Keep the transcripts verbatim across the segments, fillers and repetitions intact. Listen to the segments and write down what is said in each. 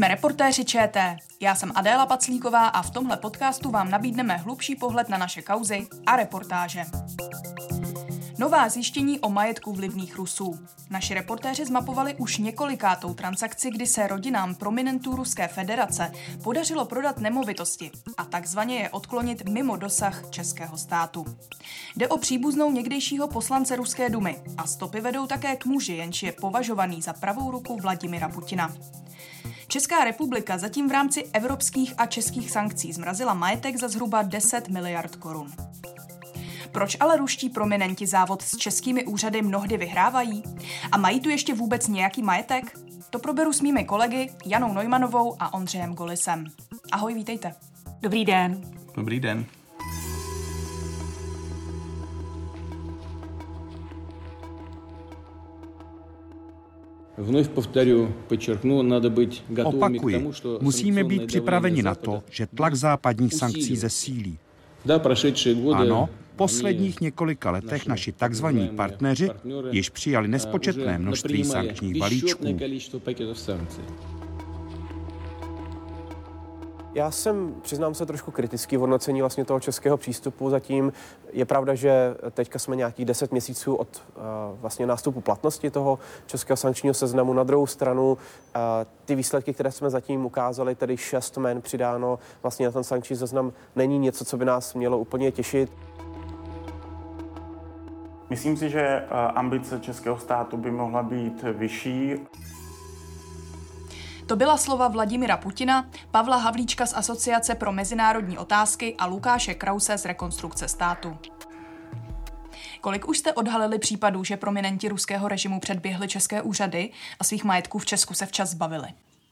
Jsme reportéři ČT. Já jsem Adéla Paclíková a v tomhle podcastu vám nabídneme hlubší pohled na naše kauzy a reportáže. Nová zjištění o majetku vlivných Rusů. Naši reportéři zmapovali už několikátou transakci, kdy se rodinám prominentů Ruské federace podařilo prodat nemovitosti a takzvaně je odklonit mimo dosah českého státu. Jde o příbuznou někdejšího poslance Ruské dumy a stopy vedou také k muži, jenž je považovaný za pravou ruku Vladimira Putina. Česká republika zatím v rámci evropských a českých sankcí zmrazila majetek za zhruba deset miliard korun. Proč ale ruští prominenti závod s českými úřady mnohdy vyhrávají? A mají tu ještě vůbec nějaký majetek? To proberu s mými kolegy Janou Neumannovou a Ondřejem Golisem. Ahoj, vítejte. Dobrý den. Dobrý den. Opakuji, musíme být připraveni na to, že tlak západních sankcí zesílí. Ano, v posledních několika letech naši takzvaní partneři již přijali nespočetné množství sankčních balíčků. Já jsem, přiznám se, trošku kritický v hodnocení vlastně toho českého přístupu. Zatím je pravda, že teďka jsme nějakých deset měsíců od uh, vlastně nástupu platnosti toho českého sankčního seznamu. Na druhou stranu uh, ty výsledky, které jsme zatím ukázali, tedy šest jmen přidáno vlastně na ten sankční seznam, není něco, co by nás mělo úplně těšit. Myslím si, že ambice českého státu by mohla být vyšší. To byla slova Vladimira Putina, Pavla Havlíčka z Asociace pro mezinárodní otázky a Lukáše Krause z Rekonstrukce státu. Kolik už jste odhalili případů, že prominenti ruského režimu předběhli české úřady a svých majetků v Česku se včas zbavili?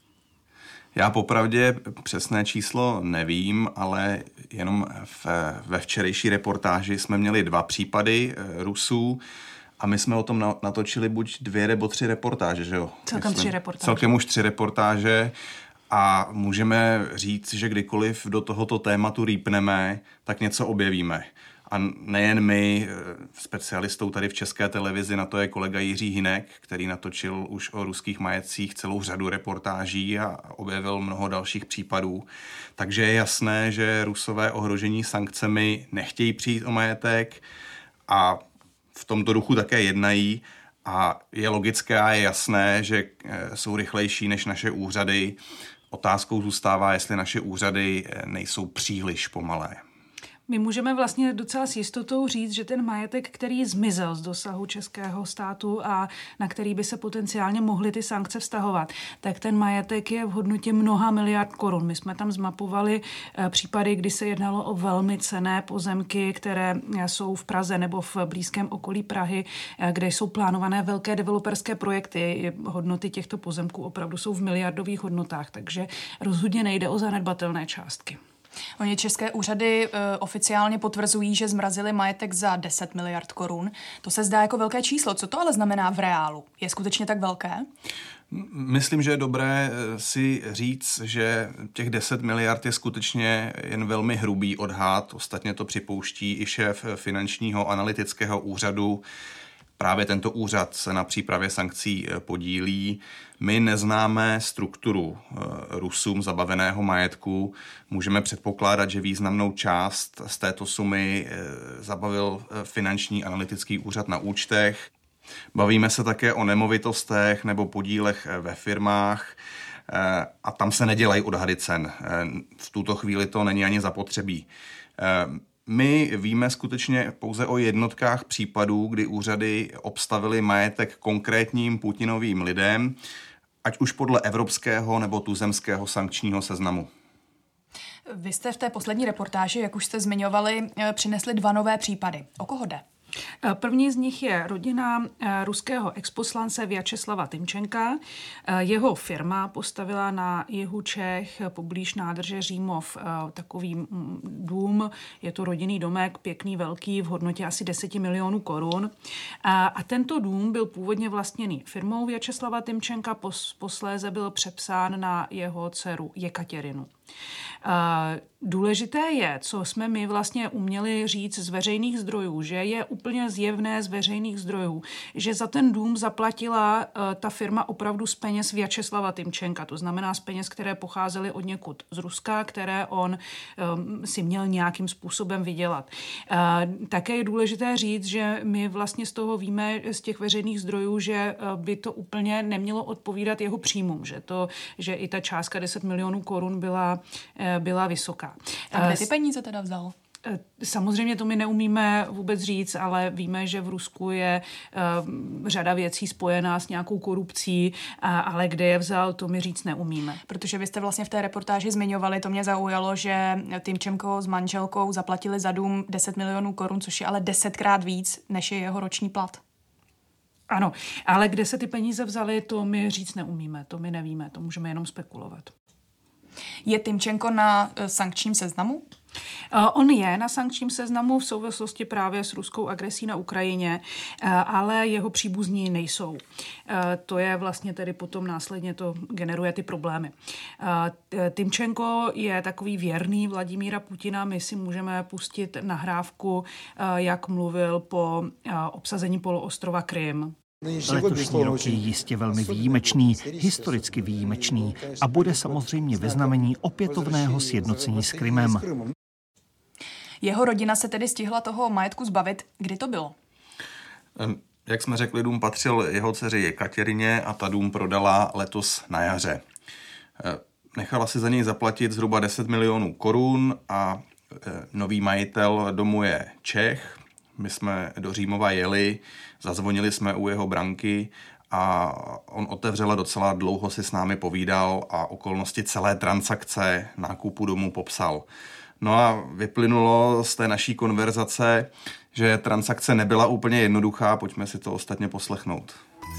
Já popravdě přesné číslo nevím, ale jenom v, ve včerejší reportáži jsme měli dva případy Rusů a my jsme o tom natočili buď dvě nebo tři reportáže, že jo? Celkem tři reportáže. Celkem už tři reportáže a můžeme říct, že kdykoliv do tohoto tématu rýpneme, tak něco objevíme. A nejen my, specialistou tady v České televizi, na to je kolega Jiří Hynek, který natočil už o ruských majetcích celou řadu reportáží a objevil mnoho dalších případů. Takže je jasné, že Rusové ohrožení sankcemi nechtějí přijít o majetek a v tomto duchu také jednají a je logické a je jasné, že jsou rychlejší než naše úřady. Otázkou zůstává, jestli naše úřady nejsou příliš pomalé. My můžeme vlastně docela s jistotou říct, že ten majetek, který zmizel z dosahu českého státu a na který by se potenciálně mohly ty sankce vztahovat, tak ten majetek je v hodnotě mnoha miliard korun. My jsme tam zmapovali případy, kdy se jednalo o velmi cenné pozemky, které jsou v Praze nebo v blízkém okolí Prahy, kde jsou plánované velké developerské projekty. Hodnoty těchto pozemků opravdu jsou v miliardových hodnotách, takže rozhodně nejde o zanedbatelné částky. Oni české úřady uh, oficiálně potvrzují, že zmrazili majetek za deset miliard korun. To se zdá jako velké číslo. Co to ale znamená v reálu? Je skutečně tak velké? Myslím, že je dobré si říct, že těch deset miliard je skutečně jen velmi hrubý odhad. Ostatně to připouští i šéf finančního analytického úřadu. Právě tento úřad se na přípravě sankcí podílí. My neznáme strukturu Rusům zabaveného majetku. Můžeme předpokládat, že významnou část z této sumy zabavil finanční analytický úřad na účtech. Bavíme se také o nemovitostech nebo podílech ve firmách a tam se nedělají odhady cen. V tuto chvíli to není ani zapotřebí. My víme skutečně pouze o jednotkách případů, kdy úřady obstavily majetek konkrétním Putinovým lidem, ať už podle evropského nebo tuzemského sankčního seznamu. Vy jste v té poslední reportáži, jak už jste zmiňovali, přinesli dva nové případy. O koho jde? První z nich je rodina ruského exposlance Vjačeslava Tymčenka. Jeho firma postavila na jihu Čech poblíž nádrže Římov takový dům. Je to rodinný domek, pěkný, velký, v hodnotě asi deset milionů korun. A tento dům byl původně vlastněný firmou Vjačeslava Tymčenka, posléze byl přepsán na jeho dceru Jekatěrinu. Důležité je, co jsme my vlastně uměli říct z veřejných zdrojů, že je úplně zjevné z veřejných zdrojů, že za ten dům zaplatila uh, ta firma opravdu z peněz Vjačeslava Tymčenka, to znamená z peněz, které pocházely od někud z Ruska, které on um, si měl nějakým způsobem vydělat. Uh, také je důležité říct, že my vlastně z toho víme, z těch veřejných zdrojů, že uh, by to úplně nemělo odpovídat jeho příjmům, že, to, že i ta částka deset milionů korun byla, uh, byla vysoká. A kde ty peníze teda vzal? Samozřejmě to my neumíme vůbec říct, ale víme, že v Rusku je uh, řada věcí spojená s nějakou korupcí, a, ale kde je vzal, to my říct neumíme. Protože vy jste vlastně v té reportáži zmiňovali, to mě zaujalo, že Tymčenko s manželkou zaplatili za dům deset milionů korun, což je ale desetkrát víc, než je jeho roční plat. Ano, ale kde se ty peníze vzaly, to my říct neumíme, to my nevíme, to můžeme jenom spekulovat. Je Tymčenko na sankčním seznamu? On je na sankčním seznamu v souvislosti právě s ruskou agresí na Ukrajině, ale jeho příbuzní nejsou. To je vlastně tedy potom následně to generuje ty problémy. Tymčenko je takový věrný Vladimíra Putina. My si můžeme pustit nahrávku, jak mluvil po obsazení poloostrova Krym. Letošní rok je jistě velmi výjimečný, historicky výjimečný a bude samozřejmě ve znamení opětovného sjednocení s Krymem. Jeho rodina se tedy stihla toho majetku zbavit. Kdy to bylo? Jak jsme řekli, dům patřil jeho dceři Jekatěrině a ta dům prodala letos na jaře. Nechala si za něj zaplatit zhruba deset milionů korun a nový majitel domu je Čech. My jsme do Římova jeli, zazvonili jsme u jeho branky a on otevřel a docela dlouho si s námi povídal a okolnosti celé transakce nákupu domu popsal. No a vyplynulo z té naší konverzace, že transakce nebyla úplně jednoduchá, pojďme si to ostatně poslechnout.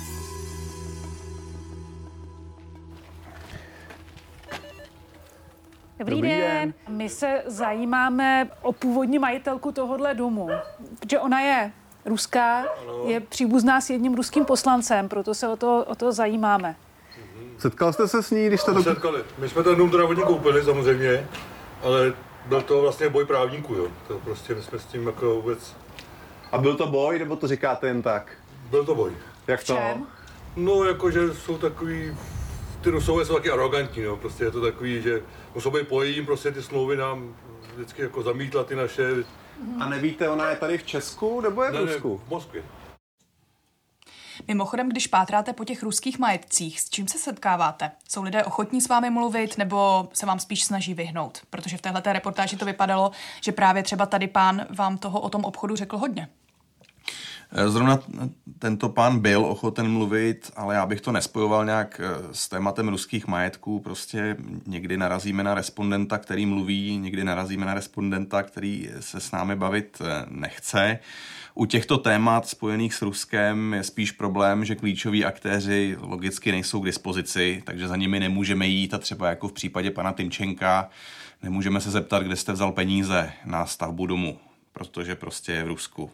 Dobrý, Dobrý den. den. My se zajímáme o původní majitelku tohohle domu, protože ona je ruská, ano. Je příbuzná s jedním ruským poslancem, proto se o to, o to zajímáme. Setkal jste se s ní, když jste... Do... Setkali. My jsme ten dům teda od ní koupili samozřejmě, ale byl to vlastně boj právníků, jo. To prostě my jsme s tím jako vůbec... A byl to boj, nebo to říkáte jen tak? Byl to boj. Jak to? No, jakože jsou takový... Ty Rusové jsou taky arrogantní, no. Prostě je to takový, že musou být po jejím, prostě ty smlouvy nám vždycky jako zamítla ty naše... A nevíte, ona je tady v Česku, nebo je v ne, Rusku? Ne, v Moskvě. Mimochodem, když pátráte po těch ruských majetcích, s čím se setkáváte? Jsou lidé ochotní s vámi mluvit, nebo se vám spíš snaží vyhnout? Protože v téhleté reportáži to vypadalo, že právě třeba tady pán vám toho o tom obchodu řekl hodně. Zrovna tento pán byl ochoten mluvit, ale já bych to nespojoval nějak s tématem ruských majetků. Prostě někdy narazíme na respondenta, který mluví, někdy narazíme na respondenta, který se s námi bavit nechce. U těchto témat spojených s Ruskem je spíš problém, že klíčoví aktéři logicky nejsou k dispozici, takže za nimi nemůžeme jít a třeba jako v případě pana Tymčenka nemůžeme se zeptat, kde jste vzal peníze na stavbu domu, protože prostě je v Rusku.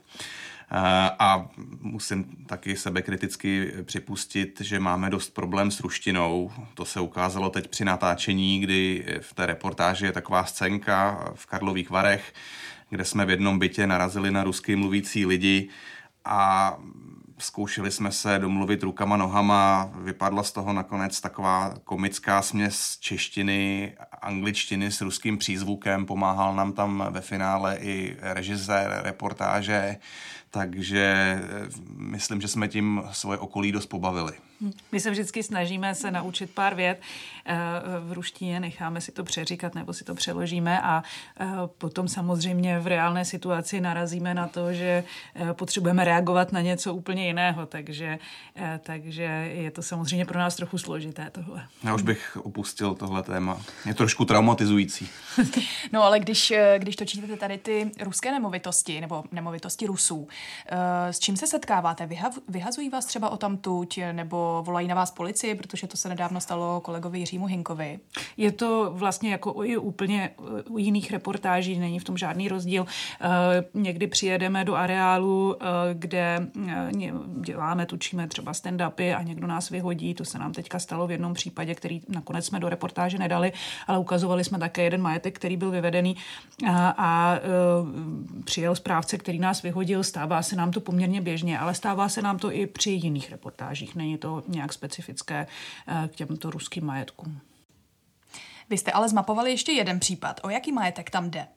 A musím taky sebekriticky připustit, že máme dost problém s ruštinou. To se ukázalo teď při natáčení, kdy v té reportáži je taková scénka v Karlových Varech, kde jsme v jednom bytě narazili na rusky mluvící lidi a zkoušeli jsme se domluvit rukama, nohama. Vypadla z toho nakonec taková komická směs češtiny, angličtiny s ruským přízvukem. Pomáhal nám tam ve finále i režisér reportáže, takže myslím, že jsme tím svoje okolí dost pobavili. My se vždycky snažíme se naučit pár vět v ruštině, necháme si to přeříkat nebo si to přeložíme a potom samozřejmě v reálné situaci narazíme na to, že potřebujeme reagovat na něco úplně jiného, takže, takže je to samozřejmě pro nás trochu složité tohle. Já už bych opustil tohle téma. Je trošku traumatizující. No ale když, když točíte tady ty ruské nemovitosti nebo nemovitosti Rusů, S čím se setkáváte? Vyhazují vás třeba odtamtud nebo volají na vás policii, protože to se nedávno stalo kolegovi Jiřímu Hinkovi? Je to vlastně jako i úplně u jiných reportáží, není v tom žádný rozdíl. Někdy přijedeme do areálu, kde děláme, tučíme třeba stand-upy a někdo nás vyhodí. To se nám teďka stalo v jednom případě, který nakonec jsme do reportáže nedali, ale ukazovali jsme také jeden majetek, který byl vyvedený a, a e, přijel správce, který nás vyhodil. Stává se nám to poměrně běžně, ale stává se nám to i při jiných reportážích. Není to nějak specifické e, k těmto ruským majetkům. Vy jste ale zmapovali ještě jeden případ. O jaký majetek tam jde?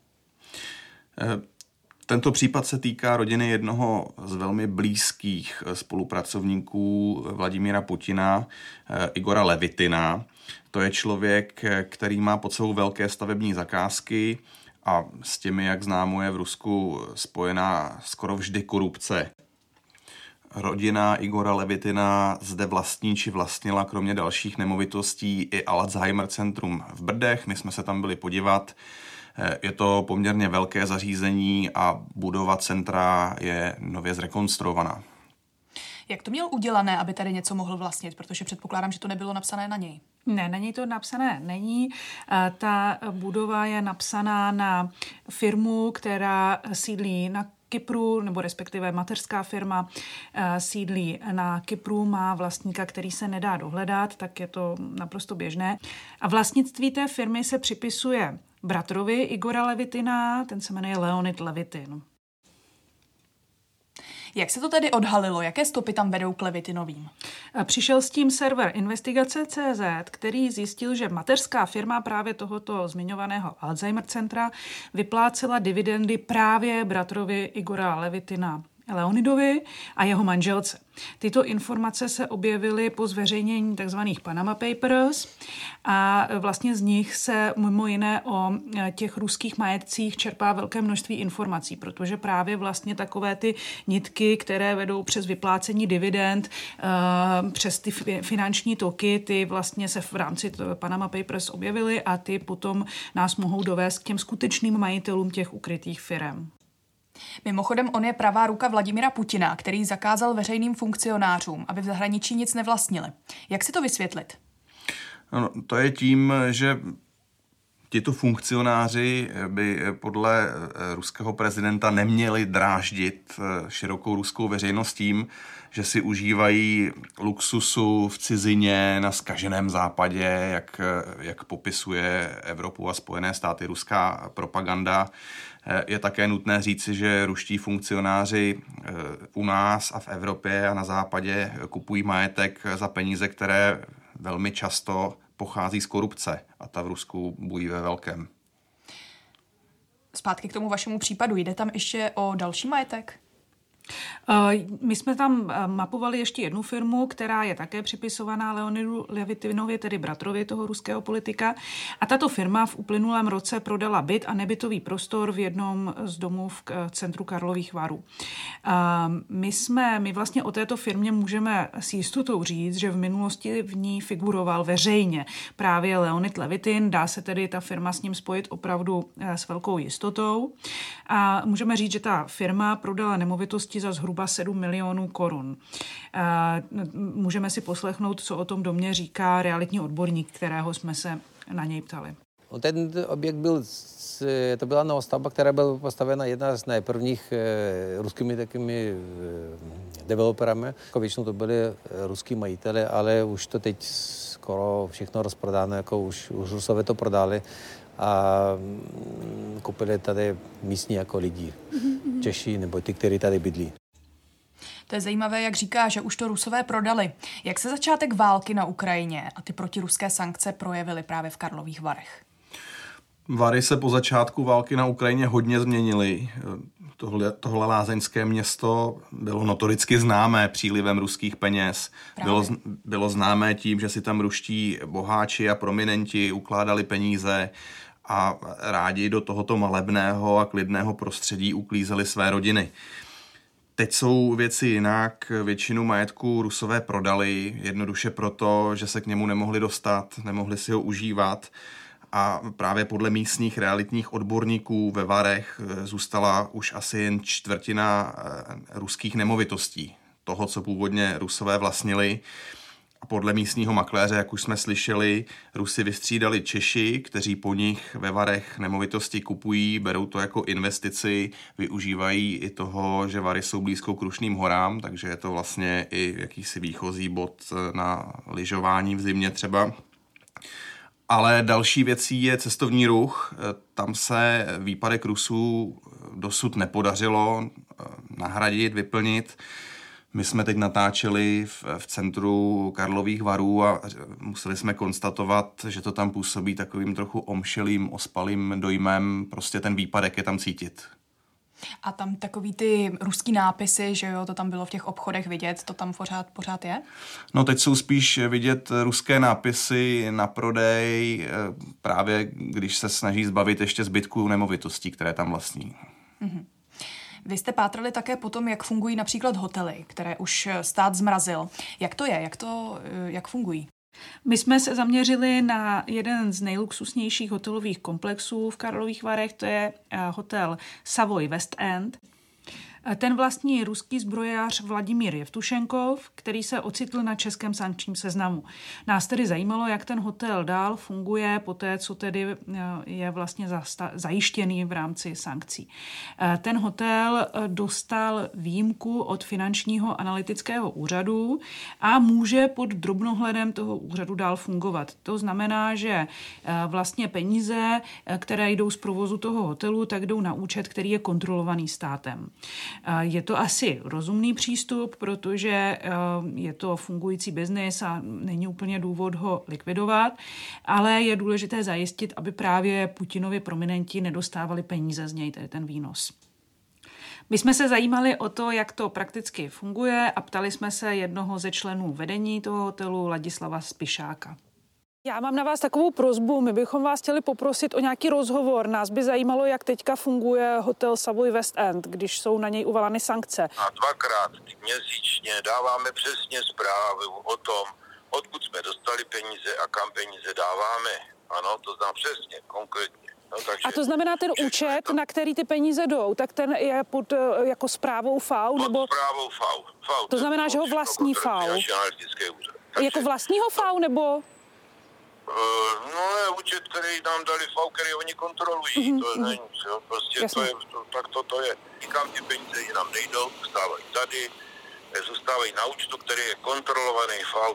Tento případ se týká rodiny jednoho z velmi blízkých spolupracovníků Vladimíra Putina, Igora Levitina. To je člověk, který má pod sebou velké stavební zakázky a s těmi, jak známo, je v Rusku spojená skoro vždy korupce. Rodina Igora Levitina zde vlastní či vlastnila kromě dalších nemovitostí i Alzheimer centrum v Brdech. My jsme se tam byli podívat. Je to poměrně velké zařízení a budova centra je nově zrekonstruovaná. Jak to měl udělané, aby tady něco mohl vlastnit? Protože předpokládám, že to nebylo napsané na něj. Ne, na něj to napsané není. Ta budova je napsaná na firmu, která sídlí na Kypru, nebo respektive mateřská firma sídlí na Kypru, má vlastníka, který se nedá dohledat, tak je to naprosto běžné. A vlastnictví té firmy se připisuje bratrovi Igora Levitina, ten se jmenuje Leonid Levitin. Jak se to tedy odhalilo? Jaké stopy tam vedou k Levitinovým? Přišel s tím server investigace tečka cé zet, který zjistil, že mateřská firma právě tohoto zmiňovaného Alzheimer centra vyplácela dividendy právě bratrovi Igora Levitina Leonidovi a jeho manželce. Tyto informace se objevily po zveřejnění tzv. Panama Papers a vlastně z nich se mimo jiné o těch ruských majetcích čerpá velké množství informací, protože právě vlastně takové ty nitky, které vedou přes vyplácení dividend, přes ty finanční toky, ty vlastně se v rámci Panama Papers objevily a ty potom nás mohou dovést k těm skutečným majitelům těch ukrytých firem. Mimochodem, on je pravá ruka Vladimira Putina, který zakázal veřejným funkcionářům, aby v zahraničí nic nevlastnili. Jak si to vysvětlit? No, to je tím, že tito funkcionáři by podle ruského prezidenta neměli dráždit širokou ruskou veřejnost tím, že si užívají luxusu v cizině na zkaženém západě, jak, jak popisuje Evropu a Spojené státy ruská propaganda. Je také nutné říci, že ruští funkcionáři u nás a v Evropě a na západě kupují majetek za peníze, které velmi často pochází z korupce a ta v Rusku bují ve velkém. Zpátky k tomu vašemu případu. Jde tam ještě o další majetek? My jsme tam mapovali ještě jednu firmu, která je také připisovaná Leonidu Levitinovi, tedy bratrovi toho ruského politika. A tato firma v uplynulém roce prodala byt a nebytový prostor v jednom z domů v centru Karlových Varů. My jsme, my vlastně o této firmě můžeme s jistotou říct, že v minulosti v ní figuroval veřejně právě Leonid Levitin. Dá se tedy ta firma s ním spojit opravdu s velkou jistotou. A můžeme říct, že ta firma prodala nemovitosti za zhruba sedm milionů korun. Můžeme si poslechnout, co o tom domě říká realitní odborník, kterého jsme se na něj ptali. Ten objekt byl, to byla novostavba, která byla postavena jedna z nejprvních ruskými takými developerami. Jako většinou to byli ruský majitele, ale už to teď skoro všechno rozprodáno, jako už, už Rusové to prodali a koupili tady místní jako lidi, Češi nebo ty, kteří tady bydlí. To je zajímavé, jak říká, že už to Rusové prodali. Jak se začátek války na Ukrajině a ty protiruské sankce projevily právě v Karlových Varech? Vary se po začátku války na Ukrajině hodně změnily. Tohle, tohle lázeňské město bylo notoricky známé přílivem ruských peněz. Bylo, bylo známé tím, že si tam ruští boháči a prominenti ukládali peníze a rádi do tohoto malebného a klidného prostředí uklízeli své rodiny. Teď jsou věci jinak. Většinu majetku Rusové prodali jednoduše proto, že se k němu nemohli dostat, nemohli si ho užívat a právě podle místních realitních odborníků ve Varech zůstala už asi jen čtvrtina ruských nemovitostí, toho, co původně Rusové vlastnili. A podle místního makléře, jak už jsme slyšeli, Rusy vystřídali Češi, kteří po nich ve Varech nemovitosti kupují, berou to jako investici, využívají i toho, že Vary jsou blízko k Krušným horám, takže je to vlastně i jakýsi výchozí bod na lyžování v zimě třeba. Ale další věcí je cestovní ruch. Tam se výpadek Rusů dosud nepodařilo nahradit, vyplnit. My jsme teď natáčeli v, v centru Karlových Varů a museli jsme konstatovat, že to tam působí takovým trochu omšelým, ospalým dojmem. Prostě ten výpadek je tam cítit. A tam takový ty ruský nápisy, že jo, to tam bylo v těch obchodech vidět, to tam pořád, pořád je? No teď jsou spíš vidět ruské nápisy na prodej, právě když se snaží zbavit ještě zbytků nemovitostí, které tam vlastní. Mm-hmm. Vy jste pátrali také po tom, jak fungují například hotely, které už stát zmrazil. Jak to je? Jak to, jak fungují? My jsme se zaměřili na jeden z nejluxusnějších hotelových komplexů v Karlových Varech, to je hotel Savoy West End. Ten vlastní ruský zbrojař Vladimír Jevtušenkov, který se ocitl na českém sankčním seznamu. Nás tedy zajímalo, jak ten hotel dál funguje po té, co tedy je vlastně zasta- zajištěný v rámci sankcí. Ten hotel dostal výjimku od finančního analytického úřadu a může pod drobnohledem toho úřadu dál fungovat. To znamená, že vlastně peníze, které jdou z provozu toho hotelu, tak jdou na účet, který je kontrolovaný státem. Je to asi rozumný přístup, protože je to fungující biznis a není úplně důvod ho likvidovat, ale je důležité zajistit, aby právě Putinovi prominenti nedostávali peníze z něj, tedy ten výnos. My jsme se zajímali o to, jak to prakticky funguje a ptali jsme se jednoho ze členů vedení toho hotelu, Ladislava Spišáka. Já mám na vás takovou prosbu, my bychom vás chtěli poprosit o nějaký rozhovor. Nás by zajímalo, jak teďka funguje hotel Savoy West End, když jsou na něj uvaleny sankce. A dvakrát měsíčně dáváme přesně zprávy o tom, odkud jsme dostali peníze a kam peníze dáváme. Ano, to znám přesně, konkrétně. No, takže a to znamená ten účet, to... na který ty peníze jdou, tak ten je pod jako správou F A U? Pod nebo... správou F A U. F A U to znamená, že ho vlastní F A U? Takže... Jako vlastního F A U, nebo... No je účet, který nám dali F A U, který oni kontrolují, mm-hmm. to není, jo, prostě to je, to, tak to, to je. Říkám, ty peníze jinam nejdou, zůstávají tady, zůstávají na účtu, který je kontrolovaný F A U.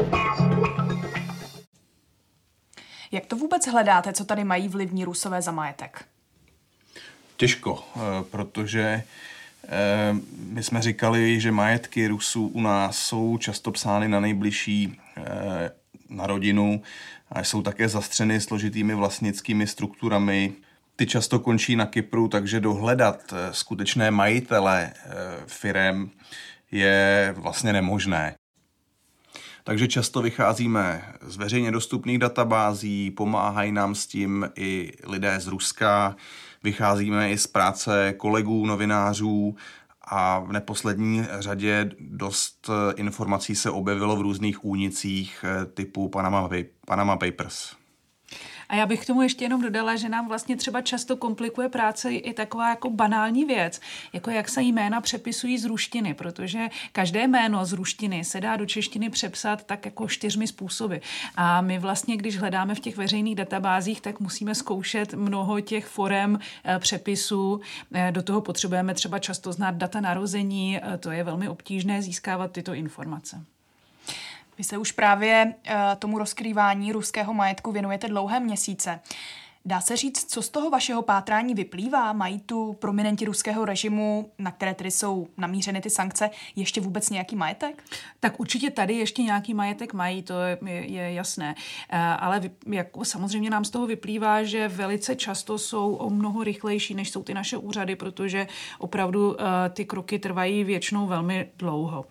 Jak to vůbec hledáte, co tady mají vlivní Rusové za majetek? Těžko, protože my jsme říkali, že majetky Rusů u nás jsou často psány na nejbližší na rodinu a jsou také zastřeny složitými vlastnickými strukturami. Ty často končí na Kypru, takže dohledat skutečné majitele firem je vlastně nemožné. Takže často vycházíme z veřejně dostupných databází, pomáhají nám s tím i lidé z Ruska, vycházíme i z práce kolegů, novinářů, a v neposlední řadě dost informací se objevilo v různých únicích typu Panama, Panama Papers. A já bych k tomu ještě jenom dodala, že nám vlastně třeba často komplikuje práce i taková jako banální věc, jako jak se jména přepisují z ruštiny, protože každé jméno z ruštiny se dá do češtiny přepsat tak jako čtyřmi způsoby. A my vlastně, když hledáme v těch veřejných databázích, tak musíme zkoušet mnoho těch forem přepisů. Do toho potřebujeme třeba často znát data narození, to je velmi obtížné získávat tyto informace. Vy se už právě uh, tomu rozkrývání ruského majetku věnujete dlouhé měsíce. Dá se říct, co z toho vašeho pátrání vyplývá? Mají tu prominenti ruského režimu, na které tedy jsou namířeny ty sankce, ještě vůbec nějaký majetek? Tak určitě tady ještě nějaký majetek mají, to je, je jasné. Ale jako samozřejmě nám z toho vyplývá, že velice často jsou o mnoho rychlejší, než jsou ty naše úřady, protože opravdu ty kroky trvají většinou velmi dlouho.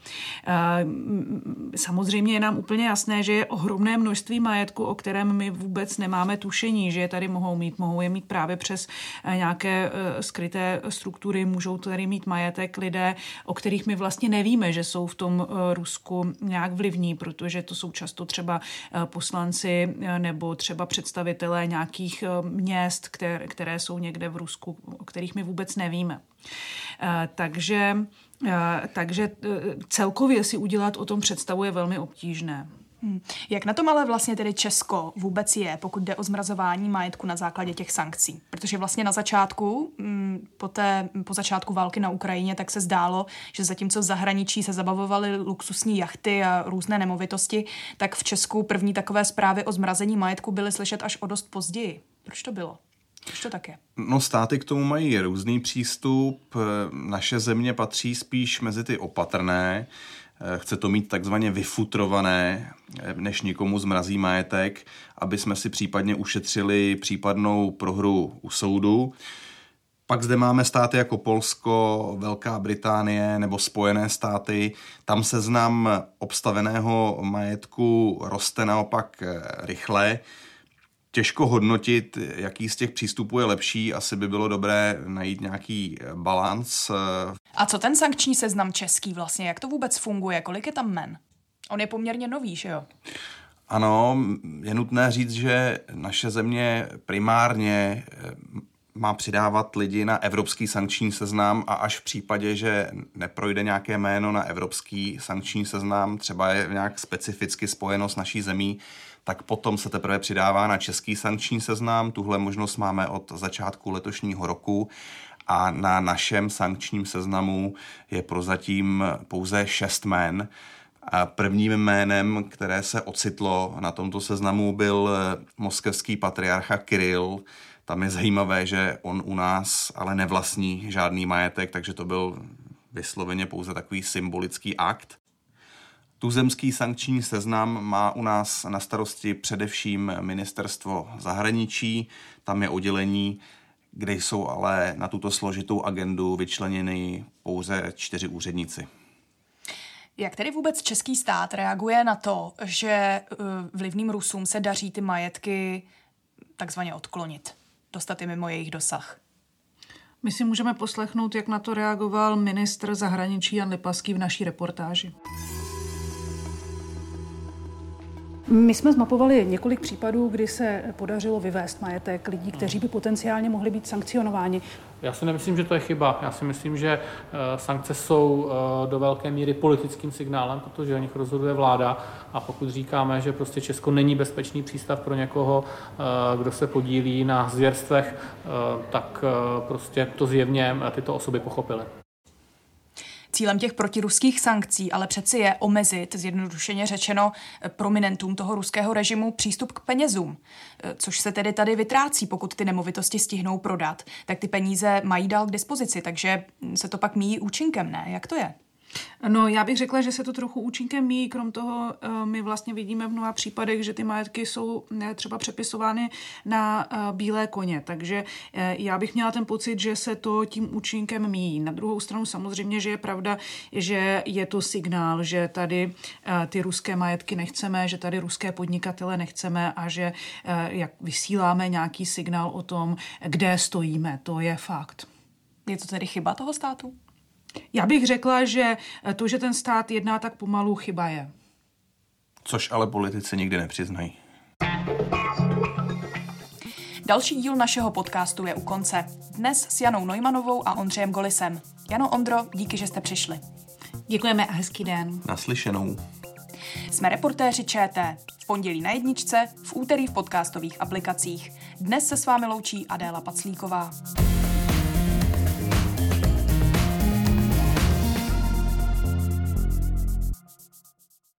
Samozřejmě je nám úplně jasné, že je ohromné množství majetku, o kterém my vůbec nemáme tušení, že je tady nemohou mít. Mohou je mít právě přes nějaké skryté struktury, můžou tady mít majetek lidé, o kterých my vlastně nevíme, že jsou v tom Rusku nějak vlivní, protože to jsou často třeba poslanci nebo třeba představitelé nějakých měst, které, které jsou někde v Rusku, o kterých my vůbec nevíme. Takže, takže celkově si udělat o tom představu je velmi obtížné. Hmm. Jak na tom ale vlastně tedy Česko vůbec je, pokud jde o zmrazování majetku na základě těch sankcí? Protože vlastně na začátku, po, té, po začátku války na Ukrajině, tak se zdálo, že zatímco v zahraničí se zabavovaly luxusní jachty a různé nemovitosti, tak v Česku první takové zprávy o zmrazení majetku byly slyšet až o dost později. Proč to bylo? Proč to tak je? No, státy k tomu mají různý přístup. Naše země patří spíš mezi ty opatrné. Chce to mít takzvaně vyfutrované, než nikomu zmrazí majetek, aby jsme si případně ušetřili případnou prohru u soudu. Pak zde máme státy jako Polsko, Velká Británie nebo Spojené státy. Tam seznam obstaveného majetku roste naopak rychle. Těžko hodnotit, jaký z těch přístupů je lepší. Asi by bylo dobré najít nějaký balans. A co ten sankční seznam český vlastně? Jak to vůbec funguje? Kolik je tam jmen? On je poměrně nový, že jo? Ano, je nutné říct, že naše země primárně má přidávat lidi na evropský sankční seznam a až v případě, že neprojde nějaké jméno na evropský sankční seznam, třeba je nějak specificky spojeno s naší zemí, tak potom se teprve přidává na český sankční seznam. Tuhle možnost máme od začátku letošního roku a na našem sankčním seznamu je prozatím pouze šest jmén. A prvním jménem, které se ocitlo na tomto seznamu, byl moskevský patriarcha Kiril. Tam je zajímavé, že on u nás ale nevlastní žádný majetek, takže to byl vysloveně pouze takový symbolický akt. Tuzemský sankční seznam má u nás na starosti především ministerstvo zahraničí, tam je oddělení, kde jsou ale na tuto složitou agendu vyčleněny pouze čtyři úředníci. Jak tedy vůbec český stát reaguje na to, že vlivným Rusům se daří ty majetky takzvaně odklonit, dostat je mimo jejich dosah? My si můžeme poslechnout, jak na to reagoval ministr zahraničí Jan Lipavský v naší reportáži. My jsme zmapovali několik případů, kdy se podařilo vyvést majetek lidí, kteří by potenciálně mohli být sankcionováni. Já si nemyslím, že to je chyba. Já si myslím, že sankce jsou do velké míry politickým signálem, protože o nich rozhoduje vláda. A pokud říkáme, že prostě Česko není bezpečný přístav pro někoho, kdo se podílí na zvěrstvech, tak prostě to zjevně tyto osoby pochopily. Cílem těch protiruských sankcí ale přeci je omezit, zjednodušeně řečeno, prominentům toho ruského režimu přístup k penězům. Což se tedy tady vytrácí, pokud ty nemovitosti stihnou prodat, tak ty peníze mají dál k dispozici, takže se to pak míjí účinkem, ne? Jak to je? No, já bych řekla, že se to trochu účinkem míjí. Krom toho my vlastně vidíme v mnoha případech, že ty majetky jsou třeba přepisovány na bílé koně. Takže já bych měla ten pocit, že se to tím účinkem míjí. Na druhou stranu samozřejmě, že je pravda, že je to signál, že tady ty ruské majetky nechceme, že tady ruské podnikatele nechceme a že jak vysíláme nějaký signál o tom, kde stojíme. To je fakt. Je to tedy chyba toho státu? Já bych řekla, že to, že ten stát jedná tak pomalu, chyba je. Což ale politici nikdy nepřiznají. Další díl našeho podcastu je u konce. Dnes s Janou Neumannovou a Ondřejem Golisem. Jano, Ondro, díky, že jste přišli. Děkujeme a hezký den. Naslyšenou. Jsme reportéři ČT. V pondělí na jedničce, v úterý v podcastových aplikacích. Dnes se s vámi loučí Adéla Paclíková.